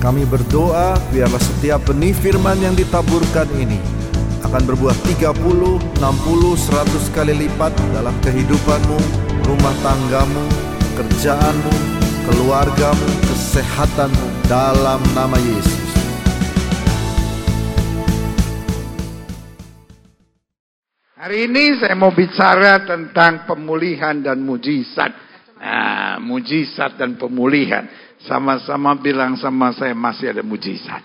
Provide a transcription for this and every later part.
Kami berdoa biarlah setiap benih firman yang ditaburkan ini akan berbuah 30, 60, 100 kali lipat dalam kehidupanmu, rumah tanggamu, kerjaanmu, keluargamu, kesehatanmu, dalam nama Yesus. Hari ini saya mau bicara tentang pemulihan dan mujizat. Nah, mujizat dan pemulihan. Sama-sama bilang sama saya, masih ada mujizat.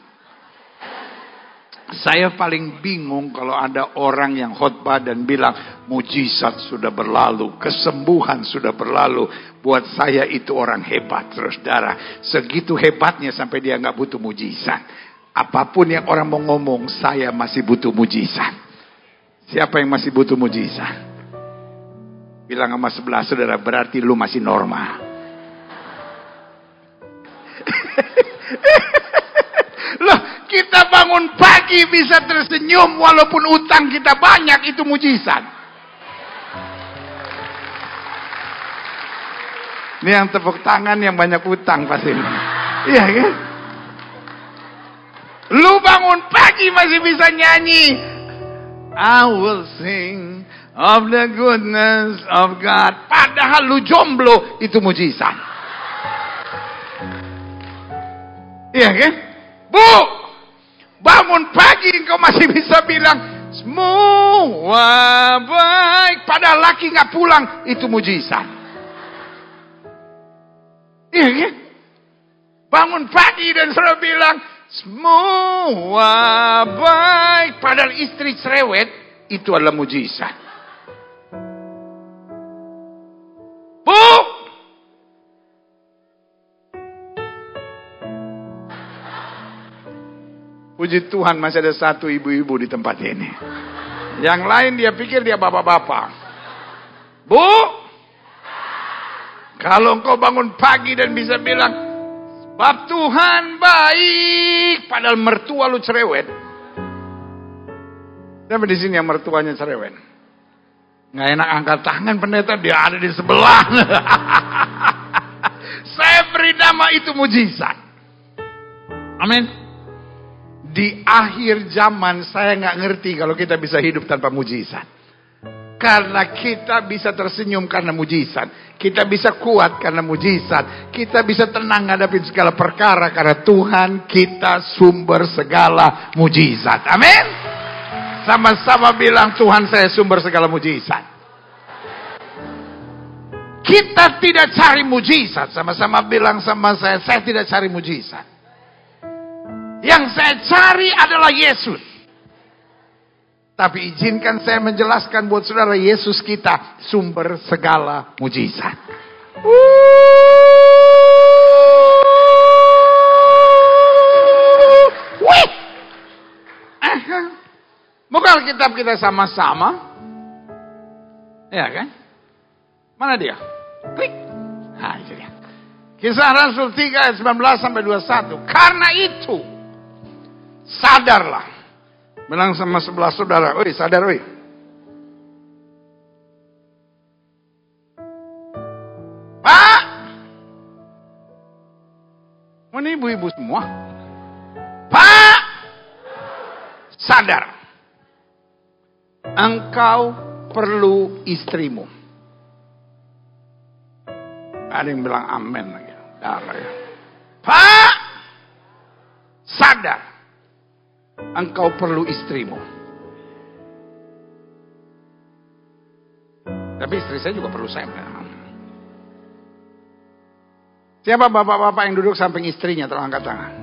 Saya paling bingung kalau ada orang yang khotbah dan bilang mujizat sudah berlalu, kesembuhan sudah berlalu. Buat saya itu orang hebat, saudara. Segitu hebatnya sampai dia nggak butuh mujizat. Apapun yang orang mau ngomong, saya masih butuh mujizat. Siapa yang masih butuh mujizat? Bilang sama sebelah saudara, berarti lu masih normal. Loh, kita bangun pagi bisa tersenyum walaupun utang kita banyak, itu mujizat. Ini yang tepuk tangan yang banyak utang pasti. Iya kan? Lu bangun pagi masih bisa nyanyi. I will sing of the goodness of God. Padahal lu jomblo, itu mujizat. Iya kan? Bu, bangun pagi engkau masih bisa bilang semua baik. Padahal laki gak pulang, itu mujizat. Iya kan? Bangun pagi dan saudara bilang semua baik. Padahal istri cerewet, itu adalah mujizat. Bu, puji Tuhan masih ada satu ibu-ibu di tempat ini. Yang lain dia pikir dia bapak-bapak. Bu, kalau engkau bangun pagi dan bisa bilang sebab Tuhan baik, padahal mertua lu cerewet. Siapa di sini yang mertuanya cerewet? Nggak enak angkat tangan pendeta, dia ada di sebelah. Saya beri nama itu mujizat. Amin. Di akhir zaman saya nggak ngerti kalau kita bisa hidup tanpa mujizat. Karena kita bisa tersenyum karena mujizat. Kita bisa kuat karena mujizat. Kita bisa tenang ngadapin segala perkara karena Tuhan kita sumber segala mujizat. Amin. Sama-sama bilang, Tuhan saya sumber segala mujizat. Kita tidak cari mujizat. Sama-sama bilang sama saya tidak cari mujizat. Yang saya cari adalah Yesus. Tapi izinkan saya menjelaskan buat saudara, Yesus kita sumber segala mujizat. Wih! Buka Alkitab kita sama-sama. Ya kan? Mana dia? Klik. Nah, itu dia. Kisah Rasul 3 ayat 19 sampai 21. Karena itu, sadarlah. Bilang sama sebelah saudara, oi sadar oi. Pak! Ini ibu-ibu semua. Pak! Sadar. Engkau perlu istrimu. Ada yang bilang amin lagi. Pak! Sadar. Engkau perlu istrimu. Tapi istri saya juga perlu saya. Siapa bapak-bapak yang duduk samping istrinya? Tolong angkat tangan.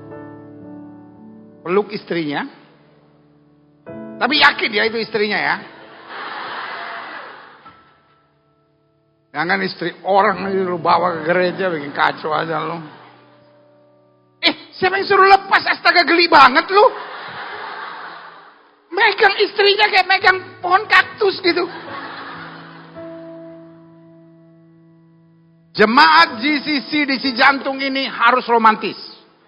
Peluk istrinya. Tapi yakin dia itu istrinya ya. Jangan istri orang lu bawa ke gereja bikin kacau aja lu. Siapa yang suruh lepas? Astaga, geli banget lu. Megang istrinya kayak megang pohon kaktus gitu. Jemaat GCC di Cijantung ini harus romantis.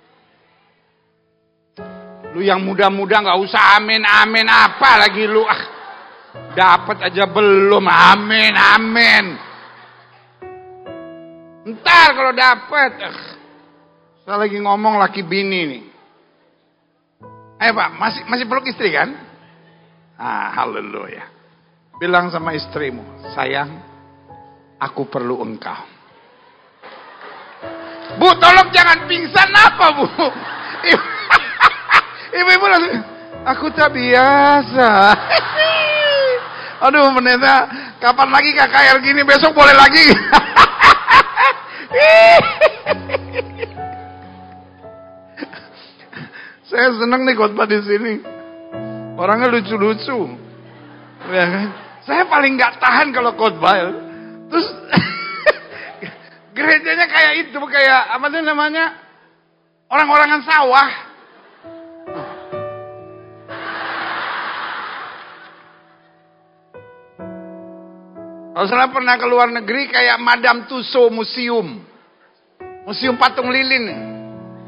Lu yang muda-muda gak usah amin-amin apa lagi lu. Dapat aja belum, amin-amin. Ntar kalau dapat. Saya lagi ngomong laki bini nih. Ayo Pak, masih peluk istri kan? Haleluya. Bilang sama istrimu, sayang, aku perlu engkau. Bu, tolong jangan pingsan apa Bu? Ibu-ibu langsung, aku tak biasa. Aduh pendeta, kapan lagi KKR gini, besok boleh lagi. Saya senang nih khotbah di sini. Orangnya lucu-lucu. Ya kan? Saya paling nggak tahan kalau khotbah. Terus gerejanya kayak itu, kayak apa sih namanya? Orang-orangan sawah. Kalau saya pernah ke luar negeri kayak Madame Tussauds Museum. Museum patung lilin.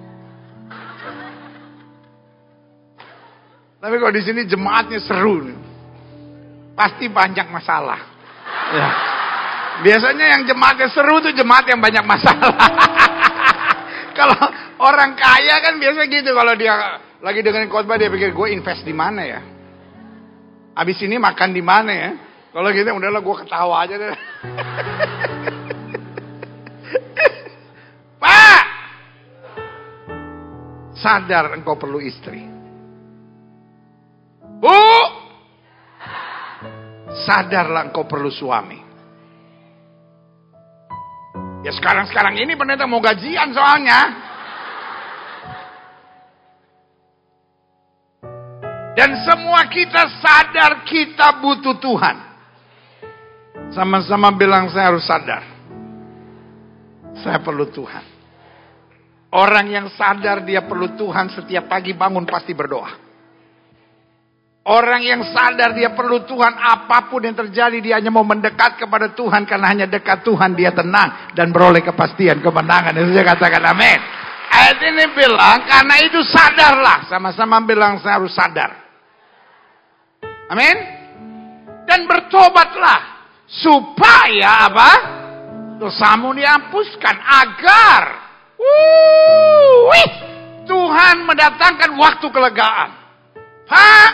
Tapi kalau di sini jemaatnya seru nih. Pasti banyak masalah. Ya. Biasanya yang jemaatnya seru tuh jemaat yang banyak masalah. Kalau orang kaya kan biasa gitu, kalau dia lagi dengerin khotbah dia pikir gue invest di mana ya? Habis ini makan di mana ya? Kalau gitu udahlah gue ketawa aja deh. Pak, sadar engkau perlu istri. Bu, sadarlah engkau perlu suami. Ya sekarang ini pendeta mau gajian soalnya. Dan semua kita sadar kita butuh Tuhan. Sama-sama bilang saya harus sadar. Saya perlu Tuhan. Orang yang sadar dia perlu Tuhan setiap pagi bangun pasti berdoa. Orang yang sadar dia perlu Tuhan, apapun yang terjadi dia hanya mau mendekat kepada Tuhan, karena hanya dekat Tuhan dia tenang dan beroleh kepastian kemenangan. Itu saya katakan amin. Ayat ini bilang karena itu sadarlah, sama-sama bilang saya harus sadar. Amin. Dan bertobatlah supaya apa? Dosamu dihapuskan agar Tuhan mendatangkan waktu kelegaan. Pak,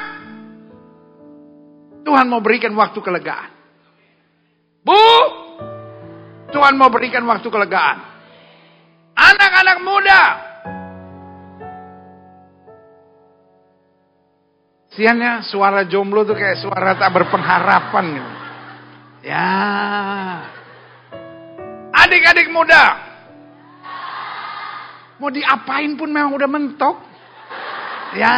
Tuhan mau berikan waktu kelegaan. Bu, Tuhan mau berikan waktu kelegaan. Anak-anak muda. Siannya suara jomblo tuh kayak suara tak berpengharapan. Ya. Adik-adik muda. Mau diapain pun memang udah mentok. Ya.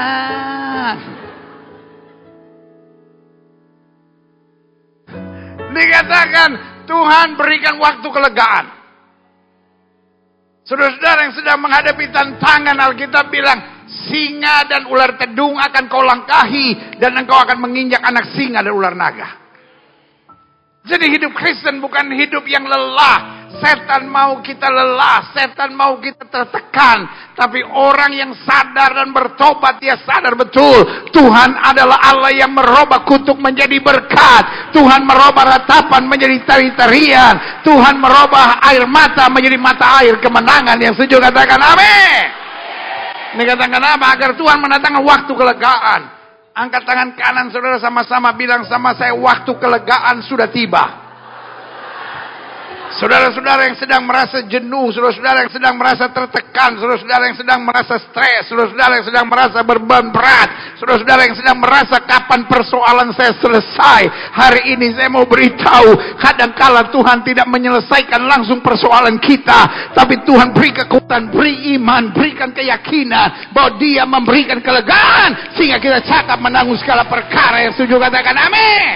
Dikatakan Tuhan berikan waktu kelegaan. Saudara-saudara yang sedang menghadapi tantangan, Alkitab bilang singa dan ular tedung akan kau langkahi dan engkau akan menginjak anak singa dan ular naga. Jadi hidup Kristen bukan hidup yang lelah. Setan mau kita lelah, setan mau kita tertekan. Tapi orang yang sadar dan bertobat, dia sadar betul Tuhan adalah Allah yang merubah kutuk menjadi berkat. Tuhan merubah ratapan menjadi tari-tarian. Tuhan merubah air mata menjadi mata air kemenangan. Yang setuju katakan amin. Ini katakan apa? Agar Tuhan mendatangkan waktu kelegaan. Angkat tangan kanan saudara, sama-sama bilang sama saya, waktu kelegaan sudah tiba. Saudara-saudara yang sedang merasa jenuh, saudara-saudara yang sedang merasa tertekan, saudara-saudara yang sedang merasa stres, saudara-saudara yang sedang merasa beban berat, saudara-saudara yang sedang merasa kapan persoalan saya selesai. Hari ini saya mau beritahu, kadangkala Tuhan tidak menyelesaikan langsung persoalan kita, tapi Tuhan beri kekuatan, beri iman, berikan keyakinan bahwa Dia memberikan kelegaan sehingga kita cakap menanggung segala perkara. Yang setuju katakan amin.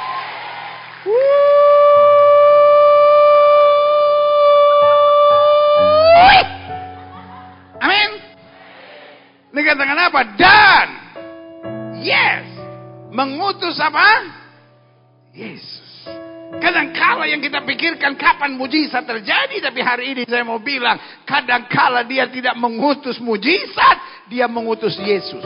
Amin. Ini katakan apa? Dan yes, mengutus apa? Yesus. Kadangkala yang kita pikirkan kapan mujizat terjadi, tapi hari ini saya mau bilang, kadangkala Dia tidak mengutus mujizat, Dia mengutus Yesus.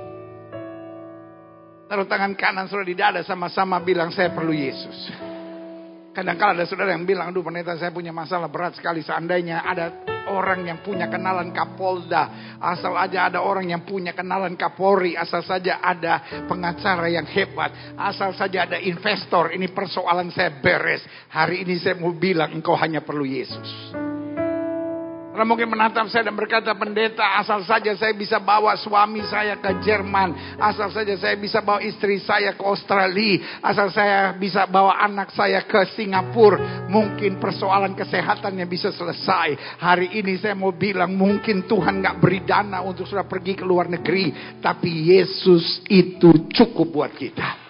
Taruh tangan kanan saudara di dada, sama-sama bilang saya perlu Yesus. Kadangkala ada saudara yang bilang, aduh pendeta saya punya masalah berat sekali. Seandainya ada orang yang punya kenalan Kapolda, asal aja ada orang yang punya kenalan Kapolri, asal saja ada pengacara yang hebat, asal saja ada investor, ini persoalan saya beres. Hari ini saya mau bilang engkau hanya perlu Yesus. Kalau mungkin menatap saya dan berkata, pendeta, asal saja saya bisa bawa suami saya ke Jerman, asal saja saya bisa bawa istri saya ke Australia, asal saya bisa bawa anak saya ke Singapura, mungkin persoalan kesehatannya bisa selesai. Hari ini saya mau bilang, mungkin Tuhan gak beri dana untuk sudah pergi ke luar negeri, tapi Yesus itu cukup buat kita.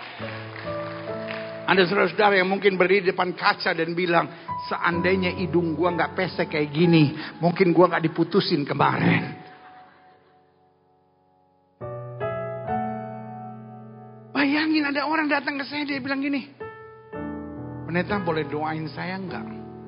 Ada saudara-saudara yang mungkin berdiri di depan kaca dan bilang, seandainya hidung gua gak pesek kayak gini, mungkin gua gak diputusin kemarin. Bayangin ada orang datang ke saya, dia bilang gini, pendeta boleh doain saya enggak?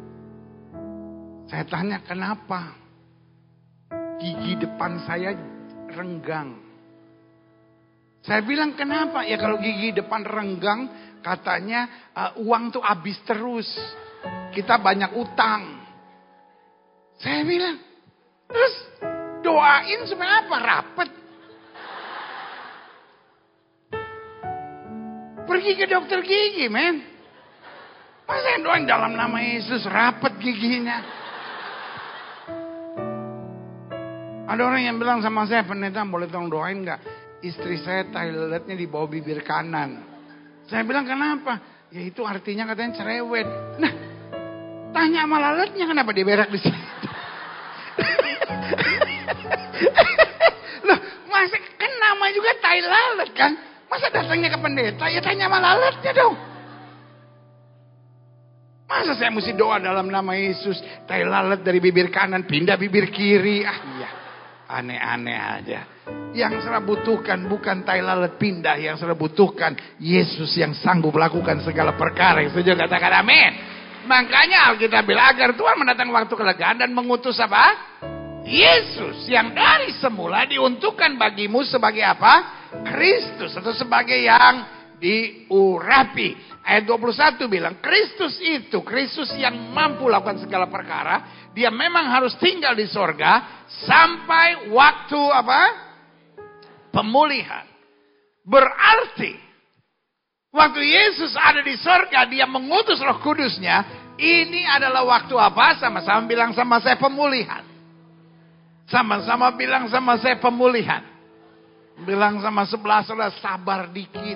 Saya tanya kenapa? Gigi depan saya renggang. Saya bilang kenapa? Ya kalau gigi depan renggang, katanya uang tuh habis terus. Kita banyak utang. Saya bilang, terus doain supaya apa? Rapet. Pergi ke dokter gigi, men. Masa yang doain dalam nama Yesus rapet giginya? Ada orang yang bilang sama saya, pendeta boleh tolong doain gak? Istri saya toiletnya di bawah bibir kanan. Saya bilang kenapa? Ya itu artinya katanya cerewet. Nah, tanya sama lalatnya kenapa dia berak di situ. Loh, masa kan nama juga tai lalat kan? Masa datangnya ke pendeta? Ya tanya sama lalatnya dong. Masa saya mesti doa dalam nama Yesus, tai lalat dari bibir kanan pindah bibir kiri? Ah iya, aneh-aneh aja. Yang saya butuhkan bukan tai lalat pindah, yang saya butuhkan Yesus yang sanggup melakukan segala perkara. Yang setuju katakan amin. Makanya Alkitab bilang agar Tuhan mendatangkan waktu kelegaan dan mengutus apa? Yesus yang dari semula diuntukkan bagimu sebagai apa? Kristus, atau sebagai yang diurapi. Ayat 21 bilang Kristus itu, Kristus yang mampu lakukan segala perkara, dia memang harus tinggal di sorga sampai waktu apa? Pemulihan. Berarti waktu Yesus ada di sorga, dia mengutus Roh Kudusnya. Ini adalah waktu apa? Sama-sama bilang sama saya pemulihan. Sama-sama bilang sama saya pemulihan. Bilang sama sebelah saudara, sabar dikit.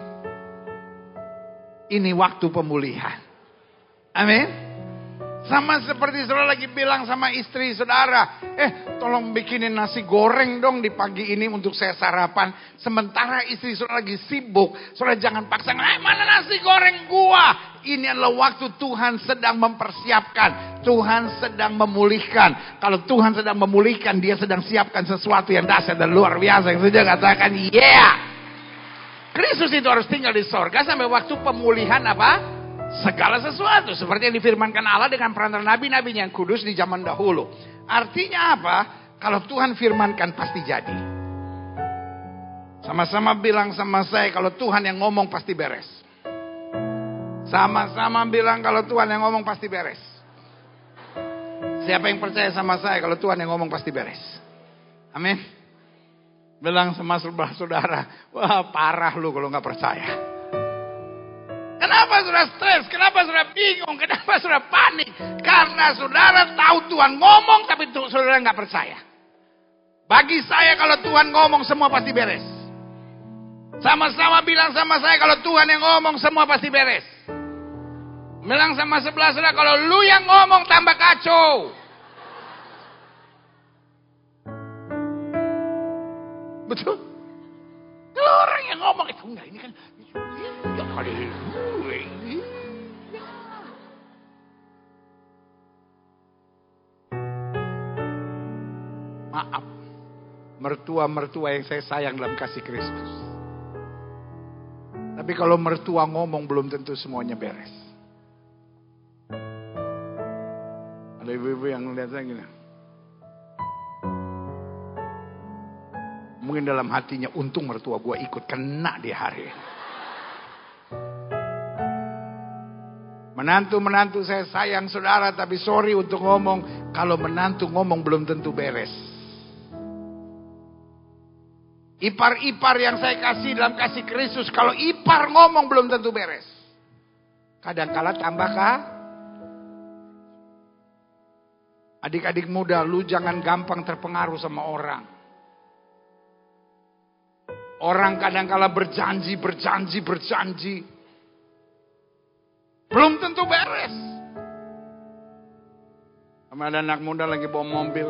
Ini waktu pemulihan. Amin. Sama seperti saudara lagi bilang sama istri saudara, tolong bikinin nasi goreng dong di pagi ini untuk saya sarapan. Sementara istri saudara lagi sibuk, saudara jangan paksa, mana nasi goreng gua? Ini adalah waktu Tuhan sedang mempersiapkan, Tuhan sedang memulihkan. Kalau Tuhan sedang memulihkan, dia sedang siapkan sesuatu yang dahsyat dan luar biasa. Yang saja katakan, yeah. Kristus itu harus tinggal di sorga sampai waktu pemulihan apa? Segala sesuatu. Seperti yang difirmankan Allah dengan perantara nabi-nabinya yang kudus di zaman dahulu. Artinya apa? Kalau Tuhan firmankan pasti jadi. Sama-sama bilang sama saya, kalau Tuhan yang ngomong pasti beres. Sama-sama bilang kalau Tuhan yang ngomong pasti beres. Siapa yang percaya sama saya kalau Tuhan yang ngomong pasti beres? Amin. Bilang sama saudara, wah parah lu kalau gak percaya. Kenapa saudara stres? Kenapa saudara bingung? Kenapa saudara panik? Karena saudara tahu Tuhan ngomong tapi saudara nggak percaya. Bagi saya kalau Tuhan ngomong semua pasti beres. Sama-sama bilang sama saya kalau Tuhan yang ngomong semua pasti beres. Bilang sama sebelah saudara kalau lu yang ngomong tambah kacau. Betul? Kalau orang yang ngomong itu enggak, ini kan ya kali gue ini. Maaf, mertua-mertua yang saya sayang dalam kasih Kristus. Tapi kalau mertua ngomong belum tentu semuanya beres. Ada ibu-ibu yang melihat saya gini. Mungkin dalam hatinya, untung mertua gue ikut, kena di hari. Menantu-menantu saya sayang saudara, tapi sorry untuk ngomong, Kalau menantu ngomong belum tentu beres. Ipar-ipar yang saya kasih dalam kasih Kristus, kalau ipar ngomong belum tentu beres. Kadang-kala tambahkah? Adik-adik muda, lu jangan gampang terpengaruh sama orang. Orang kadang-kala berjanji. Belum tentu beres. Sama ada anak muda lagi bawa mobil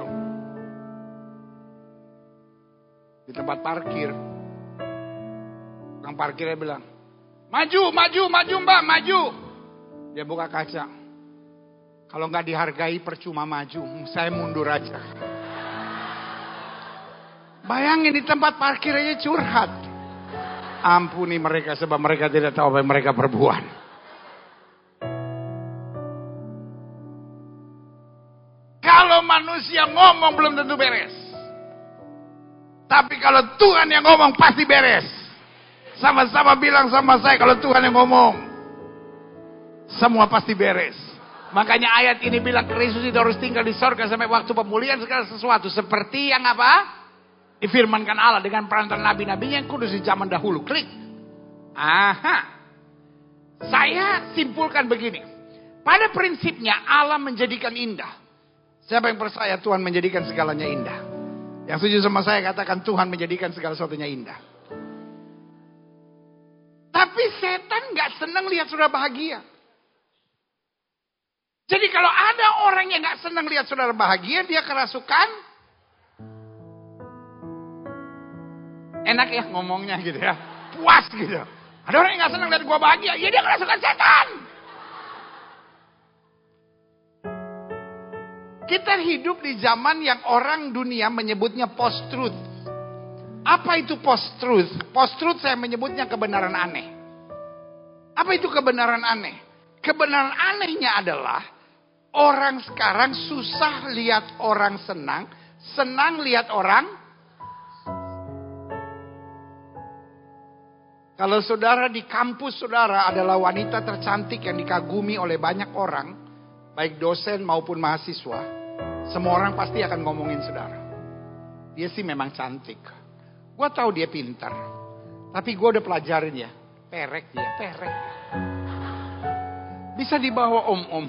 di tempat parkir. Tukang parkirnya bilang, maju mbak, maju. Dia buka kaca. Kalau nggak dihargai percuma maju, saya mundur aja. Bayangin di tempat parkir aja curhat. Ampuni mereka sebab mereka tidak tahu apa yang mereka perbuat. Kalau manusia ngomong belum tentu beres. Tapi kalau Tuhan yang ngomong pasti beres. Sama-sama bilang sama saya, kalau Tuhan yang ngomong, semua pasti beres. Makanya ayat ini bilang Kristus itu harus tinggal di sorga sampai waktu pemulihan segala sesuatu. Seperti yang apa? Difirmankan Allah dengan perantaraan nabi-nabinya yang kudus di zaman dahulu. Klik. Aha. Saya simpulkan begini. Pada prinsipnya Allah menjadikan indah. Siapa yang percaya Tuhan menjadikan segalanya indah? Yang setuju sama saya katakan Tuhan menjadikan segala sesuatunya indah. Tapi setan gak senang lihat saudara bahagia. Jadi kalau ada orang yang gak senang lihat saudara bahagia, dia kerasukan. Enak ya ngomongnya gitu ya. Puas gitu. Ada orang yang gak senang lihat gua bahagia, ya dia kerasukan setan. Kita hidup di zaman yang orang dunia menyebutnya post-truth. Apa itu post-truth? Post-truth saya menyebutnya kebenaran aneh. Apa itu kebenaran aneh? Kebenaran anehnya adalah orang sekarang susah lihat orang senang, senang lihat orang. Kalau saudara di kampus saudara adalah wanita tercantik yang dikagumi oleh banyak orang, baik dosen maupun mahasiswa, semua orang pasti akan ngomongin saudara. Dia sih memang cantik. Gua tahu dia pintar. Tapi gua udah pelajarin ya. Perek dia, perek. Bisa dibawa om-om.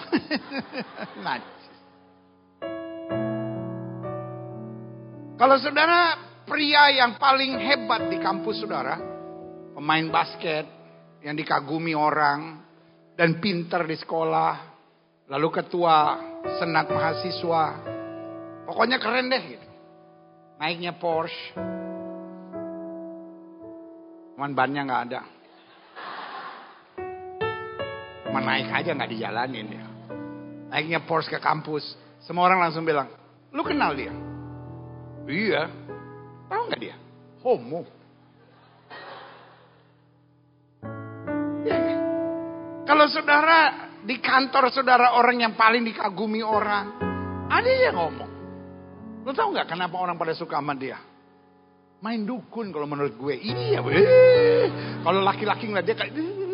Kalau saudara pria yang paling hebat di kampus saudara, pemain basket yang dikagumi orang dan pintar di sekolah, lalu ketua senat mahasiswa, pokoknya keren deh gitu. Naiknya Porsche, cuman bannya nggak ada, cuma naik aja nggak dijalanin ya. Naiknya Porsche ke kampus, semua orang langsung bilang, lu kenal dia? Iya, tahu nggak dia? Homo. Ya. Kalau saudara di kantor saudara orang yang paling dikagumi orang, ada yang ngomong. Lo tau gak kenapa orang pada suka sama dia? Main dukun kalau menurut gue. Iya, kalau laki-laki ngeliat dia kayak.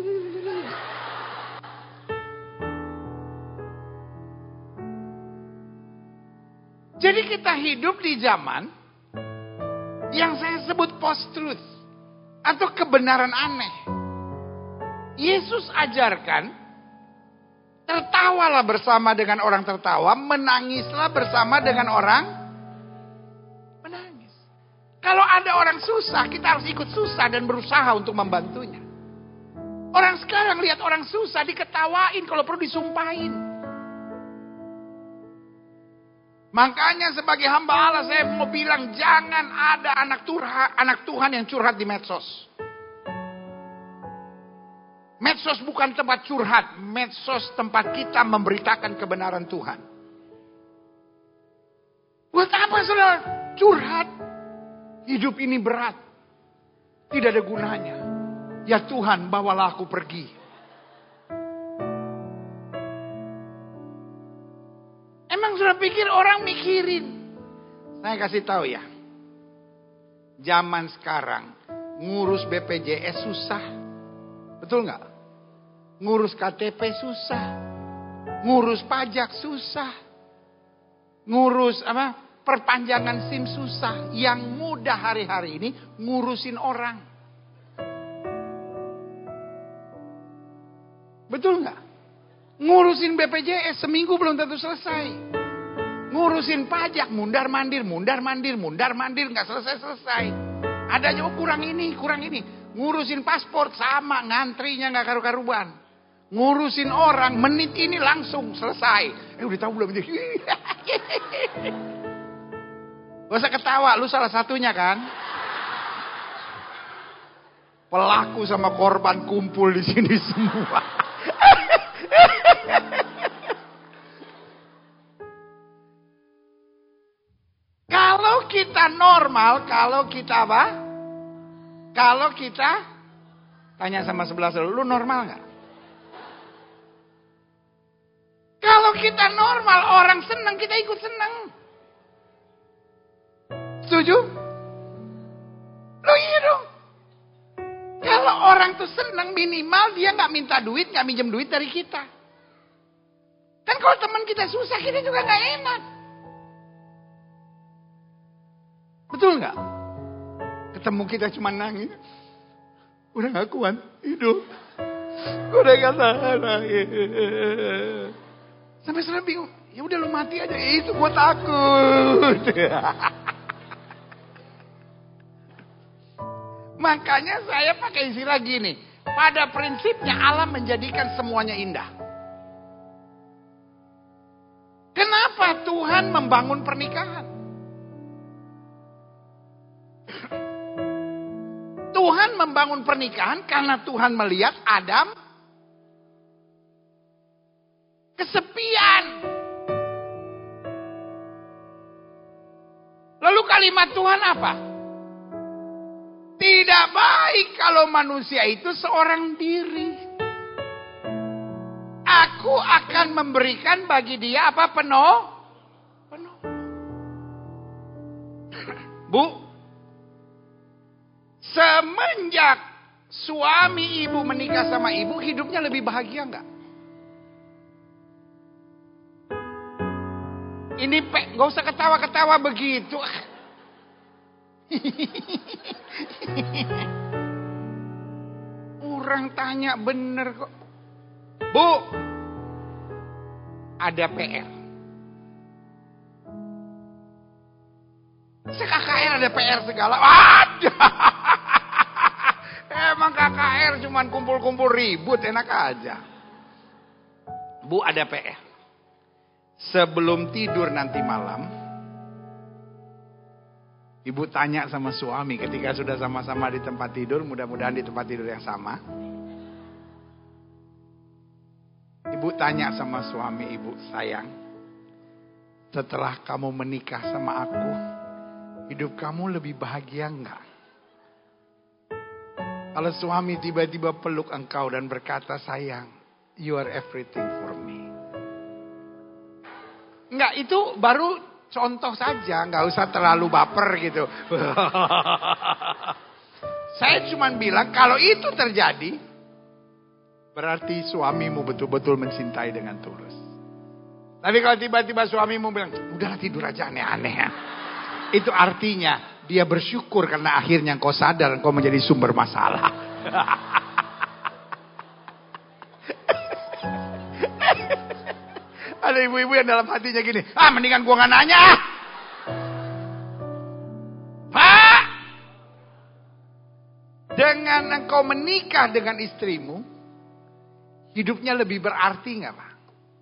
Jadi kita hidup di zaman yang saya sebut post-truth atau kebenaran aneh. Yesus ajarkan, tertawalah bersama dengan orang tertawa, menangislah bersama dengan orang menangis. Kalau ada orang susah, kita harus ikut susah dan berusaha untuk membantunya. Orang sekarang lihat orang susah diketawain, kalau perlu disumpahin. Makanya sebagai hamba Allah saya mau bilang jangan ada anak Tuhan yang curhat di medsos. Medsos bukan tempat curhat. Medsos tempat kita memberitakan kebenaran Tuhan. Buat apa saudara curhat? Hidup ini berat. Tidak ada gunanya. Ya Tuhan, bawalah aku pergi. Emang sudah pikir orang mikirin? Saya kasih tahu ya. Zaman sekarang ngurus BPJS susah. Betul nggak? Ngurus KTP susah. Ngurus pajak susah. ngurus perpanjangan SIM susah. Yang mudah hari-hari ini ngurusin orang. Betul nggak? Ngurusin BPJS seminggu belum tentu selesai. Ngurusin pajak mundar mandir nggak selesai. Ada juga kurang ini. Ngurusin paspor sama, ngantrinya nggak karu-karuan. Ngurusin orang menit ini langsung selesai. Udah tahu belum? Gak usah ketawa, lu salah satunya kan? Pelaku sama korban kumpul di sini semua. Kalau kita normal, kalau kita tanya sama sebelah lu normal nggak? Kalau kita normal, orang senang, kita ikut senang. Setuju? Lo iya dong. Kalau orang tuh senang, minimal dia nggak minta duit, nggak minjem duit dari kita. Kan kalau teman kita susah, kita juga nggak enak. Betul nggak? Ketemu kita cuma nangis. Udah gak kuat hidup. Udah gak tahan lagi. Sampai sekarang bingung. Ya udah lu mati aja. Itu gua takut. Makanya saya pakai istilah gini. Pada prinsipnya Allah menjadikan semuanya indah. Kenapa Tuhan membangun pernikahan? Tuhan membangun pernikahan karena Tuhan melihat Adam kesepian. Lalu kalimat Tuhan apa? Tidak baik kalau manusia itu seorang diri. Aku akan memberikan bagi dia apa? Penuh. Bu, semenjak suami ibu menikah sama ibu, hidupnya lebih bahagia enggak? Ini gak usah ketawa-ketawa begitu. Orang tanya bener kok. Bu, ada PR. KKR ada PR segala. Ada. Emang KKR cuman kumpul-kumpul ribut, enak aja. Bu, ada PR. Sebelum tidur nanti malam, ibu tanya sama suami ketika sudah sama-sama di tempat tidur, mudah-mudahan di tempat tidur yang sama. Ibu tanya sama suami ibu, sayang, setelah kamu menikah sama aku, hidup kamu lebih bahagia enggak? Kalau suami tiba-tiba peluk engkau dan berkata, sayang, you are everything for me. Enggak, itu baru contoh saja, enggak usah terlalu baper gitu. Saya cuma bilang kalau itu terjadi, berarti suamimu betul-betul mencintai dengan tulus. Tapi kalau tiba-tiba suamimu bilang, udahlah tidur aja aneh-aneh ya. Itu artinya dia bersyukur karena akhirnya engkau sadar engkau menjadi sumber masalah. Ada ibu-ibu yang dalam hatinya gini, mendingan gua gak nanya. Pak, dengan engkau menikah dengan istrimu, hidupnya lebih berarti gak Pak?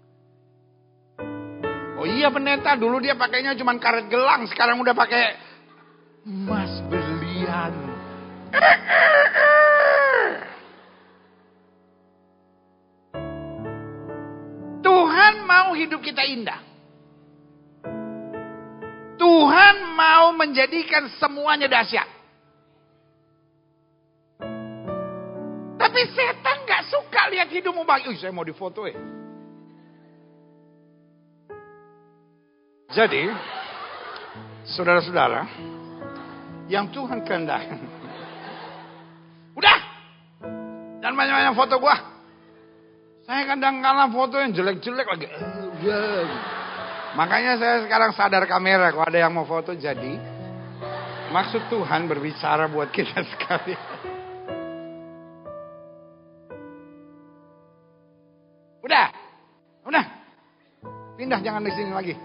Oh iya pendeta, dulu dia pakainya cuma karet gelang, sekarang udah pakai emas berlian. Tuhan mau hidup kita indah. Tuhan mau menjadikan semuanya dahsyat. Tapi setan gak suka lihat hidupmu bahagia. Saya mau difoto ya. Jadi, saudara-saudara, yang Tuhan kehendaki. Udah, jangan banyak-banyak foto gua. Saya kadang-kadang foto yang jelek-jelek lagi. Makanya saya sekarang sadar kamera. Kalau ada yang mau foto jadi. Maksud Tuhan berbicara buat kita sekali. Udah. Pindah, jangan di sini lagi.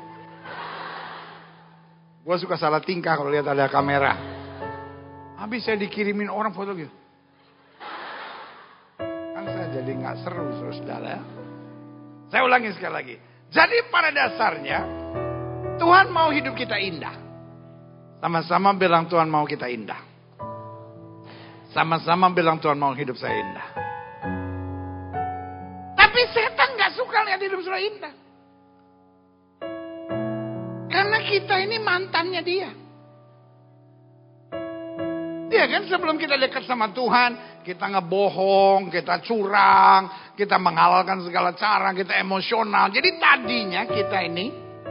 Gue suka salah tingkah kalau lihat ada kamera. Habis saya dikirimin orang foto gitu. Kan saya jadi nggak seru, saudara. Saya ulangi sekali lagi. Jadi pada dasarnya Tuhan mau hidup kita indah. Sama-sama bilang Tuhan mau kita indah. Sama-sama bilang Tuhan mau hidup saya indah. Tapi setan gak suka lihat hidup saudara indah. Karena kita ini mantannya dia. Dia kan sebelum kita dekat sama Tuhan, kita ngebohong, kita curang, kita menghalalkan segala cara, kita emosional. Jadi tadinya kita ini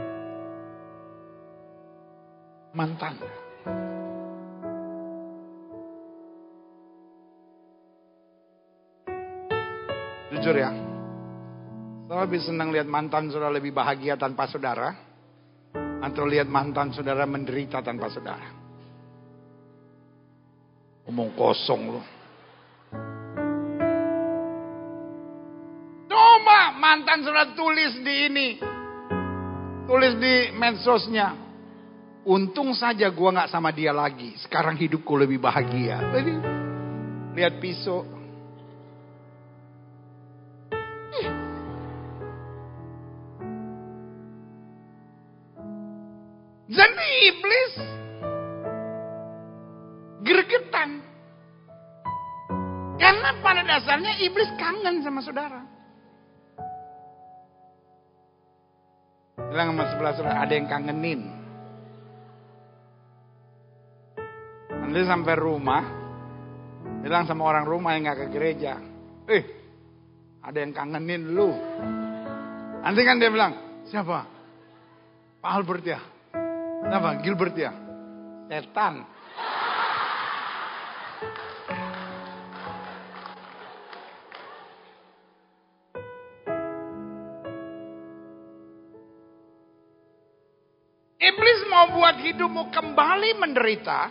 mantan. Jujur ya, saya lebih senang lihat mantan saudara lebih bahagia tanpa saudara, atau lihat mantan saudara menderita tanpa saudara. Omong kosong loh. Coba mantan saudara tulis di ini, tulis di medsosnya. Untung saja gua nggak sama dia lagi. Sekarang hidupku lebih bahagia. Jadi lihat pisau. Jadi iblis gregetan. Karena pada dasarnya iblis kangen sama saudara. Bilang sama sebelah saudara, ada yang kangenin. Nanti sampai rumah, bilang sama orang rumah yang gak ke gereja, ada yang kangenin lu. Nanti kan dia bilang, siapa? Pak Albert ya? Kenapa? Gilbert ya? Setan. Iblis mau buat hidupmu kembali menderita.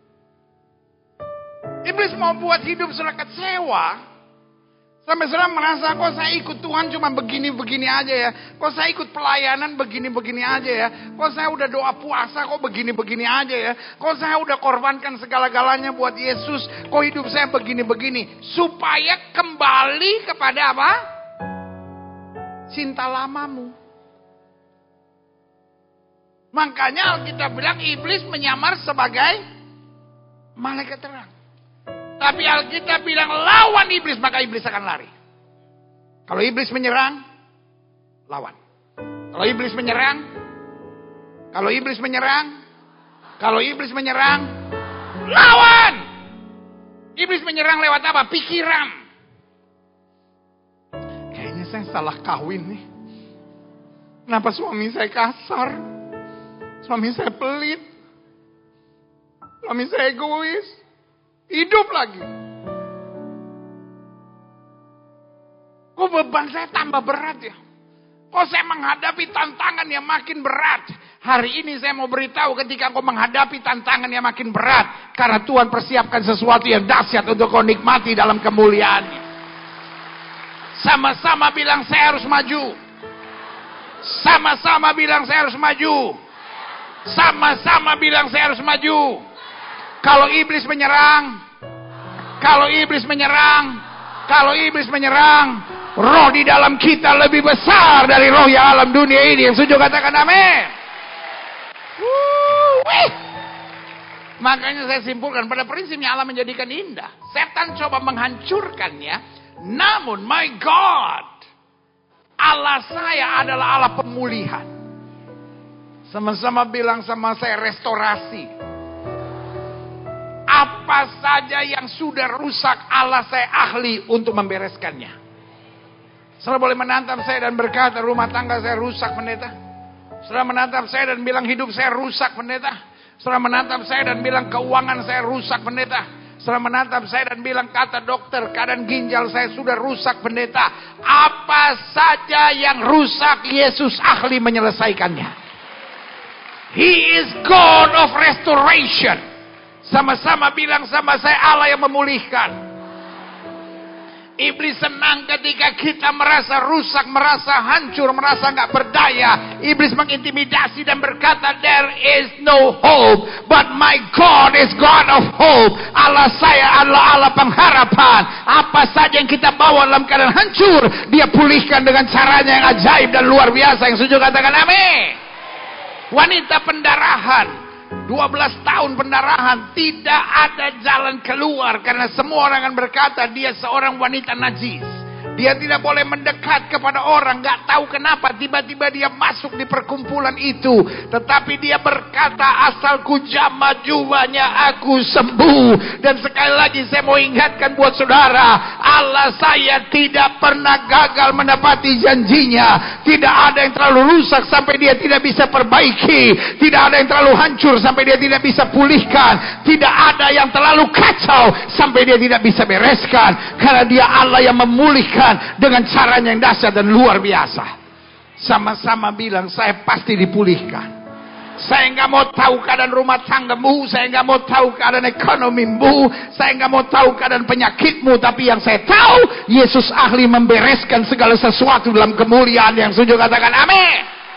Iblis mau buat hidup saudara kecewa. Sampai saudara merasa, kok saya ikut Tuhan cuma begini-begini aja ya. Kok saya ikut pelayanan begini-begini aja ya. Kok saya udah doa puasa kok begini-begini aja ya. Kok saya udah korbankan segala-galanya buat Yesus. Kok hidup saya begini-begini. Supaya kembali kepada apa? Cinta lamamu. Makanya Alkitab bilang iblis menyamar sebagai malaikat terang. Tapi Alkitab bilang lawan iblis, maka iblis akan lari. Kalau iblis menyerang, lawan. Kalau iblis menyerang, lawan. Iblis menyerang lewat apa? Pikiran. Kayaknya saya salah kawin nih. Kenapa suami saya kasar? Suami saya pelit. Suami saya egois. Hidup lagi. Kok beban saya tambah berat ya? Kok saya menghadapi tantangan yang makin berat? Hari ini saya mau beritahu ketika kau menghadapi tantangan yang makin berat. Karena Tuhan persiapkan sesuatu yang dahsyat untuk kau nikmati dalam kemuliaannya. Sama-sama bilang saya harus maju. Sama-sama bilang saya harus maju. Sama-sama bilang saya harus maju. Kalau iblis menyerang, roh di dalam kita lebih besar dari roh yang alam dunia ini. Yang setuju katakan amin. Makanya saya simpulkan pada prinsipnya Allah menjadikan indah. Setan coba menghancurkannya. Namun my God, Allah saya adalah Allah pemulihan. Sama-sama bilang sama saya restorasi. Apa saja yang sudah rusak, Allah saya ahli untuk membereskannya. Saudara boleh menantap saya dan berkata, rumah tangga saya rusak pendeta. Saudara menatap saya dan bilang hidup saya rusak pendeta. Saudara menatap saya dan bilang keuangan saya rusak pendeta. Setelah menatap saya dan bilang, kata dokter, keadaan ginjal saya sudah rusak pendeta. Apa saja yang rusak, Yesus ahli menyelesaikannya. He is God of restoration. Sama-sama bilang sama saya, Allah yang memulihkan. Iblis senang ketika kita merasa rusak, merasa hancur, merasa nggak berdaya. Iblis mengintimidasi dan berkata, there is no hope, but my God is God of hope. Allah saya adalah Allah pengharapan. Apa saja yang kita bawa dalam keadaan hancur, Dia pulihkan dengan caranya yang ajaib dan luar biasa. Yang setuju katakan amin. Wanita pendarahan, 12 tahun pendarahan, tidak ada jalan keluar karena semua orang akan berkata dia seorang wanita najis. Dia tidak boleh mendekat kepada orang. Gak tahu kenapa tiba-tiba dia masuk di perkumpulan itu. Tetapi dia berkata, asalku jamah jubahnya aku sembuh. Dan sekali lagi saya mau ingatkan buat saudara, Allah saya tidak pernah gagal menepati janjinya. Tidak ada yang terlalu rusak sampai Dia tidak bisa perbaiki. Tidak ada yang terlalu hancur sampai Dia tidak bisa pulihkan. Tidak ada yang terlalu kacau sampai Dia tidak bisa bereskan. Karena Dia Allah yang memulihkan dengan caranya yang dahsyat dan luar biasa. Sama-sama bilang, saya pasti dipulihkan. Saya nggak mau tahu keadaan rumah tanggamu, saya nggak mau tahu keadaan ekonomimu, saya nggak mau tahu keadaan penyakitmu, tapi yang saya tahu, Yesus ahli membereskan segala sesuatu dalam kemuliaan. Yang setuju katakan amin.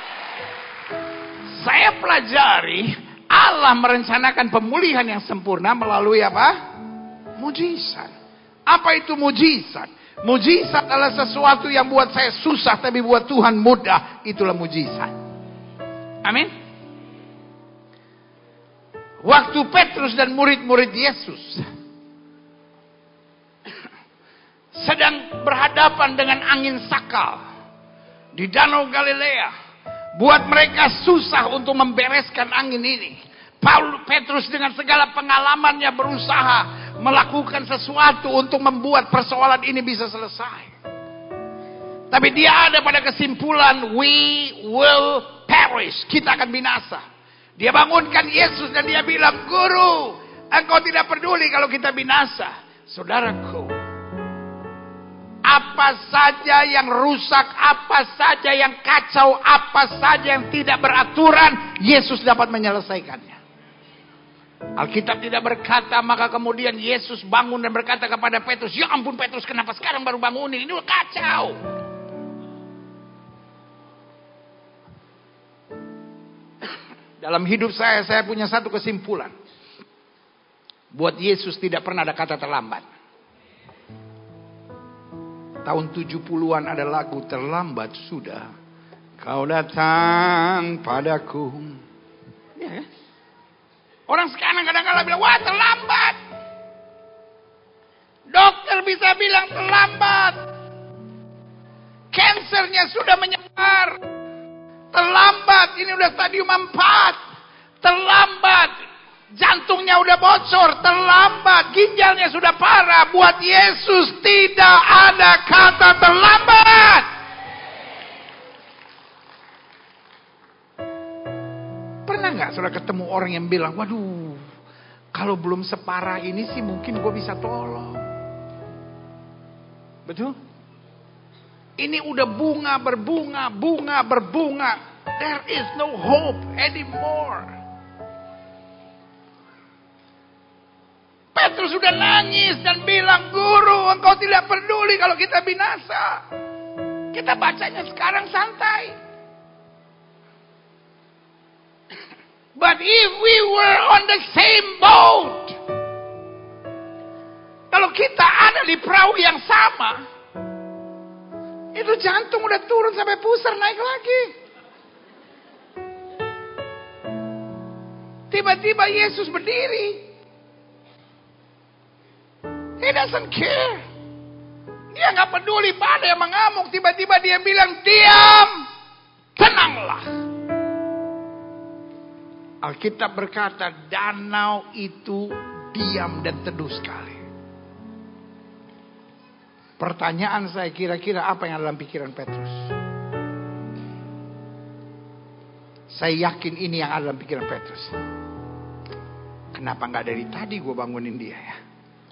Saya pelajari, Allah merencanakan pemulihan yang sempurna melalui apa? Mujizat. Apa itu mujizat? Mujizat adalah sesuatu yang buat saya susah tapi buat Tuhan mudah. Itulah mujizat. Amin. Waktu Petrus dan murid-murid Yesus sedang berhadapan dengan angin sakal di Danau Galilea, buat mereka susah untuk membereskan angin ini. Petrus dengan segala pengalamannya berusaha melakukan sesuatu untuk membuat persoalan ini bisa selesai. Tapi dia ada pada kesimpulan, we will perish. Kita akan binasa. Dia bangunkan Yesus dan dia bilang, Guru, engkau tidak peduli kalau kita binasa. Saudaraku, apa saja yang rusak, apa saja yang kacau, apa saja yang tidak beraturan, Yesus dapat menyelesaikannya. Alkitab tidak berkata, maka kemudian Yesus bangun dan berkata kepada Petrus, ya ampun Petrus, kenapa sekarang baru bangunin? Ini udah kacau. Dalam hidup saya punya satu kesimpulan. Buat Yesus tidak pernah ada kata terlambat. Tahun 70-an ada lagu, terlambat sudah kau datang padaku. Ya, ya. Orang sekarang kadang-kadang bilang, wah terlambat. Dokter bisa bilang terlambat. Kansernya sudah menyebar. Terlambat, ini udah stadium 4. Terlambat. Jantungnya udah bocor, terlambat. Ginjalnya sudah parah. Buat Yesus tidak ada kata terlambat. Pernah nggak saudara ketemu orang yang bilang, waduh, kalau belum separah ini sih mungkin gue bisa tolong. Betul? Ini udah bunga berbunga, bunga berbunga. There is no hope anymore. Petrus sudah nangis dan bilang, Guru, engkau tidak peduli kalau kita binasa. Kita bacanya sekarang santai. But if we were on the same boat, kalau kita ada di perahu yang sama, itu jantung udah turun sampai pusar, naik lagi. Tiba-tiba Yesus berdiri. He doesn't care. Dia gak peduli badai yang mengamuk. Tiba-tiba dia bilang, diam, tenanglah. Alkitab berkata, danau itu diam dan teduh sekali. Pertanyaan saya, kira-kira apa yang ada dalam pikiran Petrus? Saya yakin ini yang ada dalam pikiran Petrus. Kenapa gak dari tadi gue bangunin dia ya?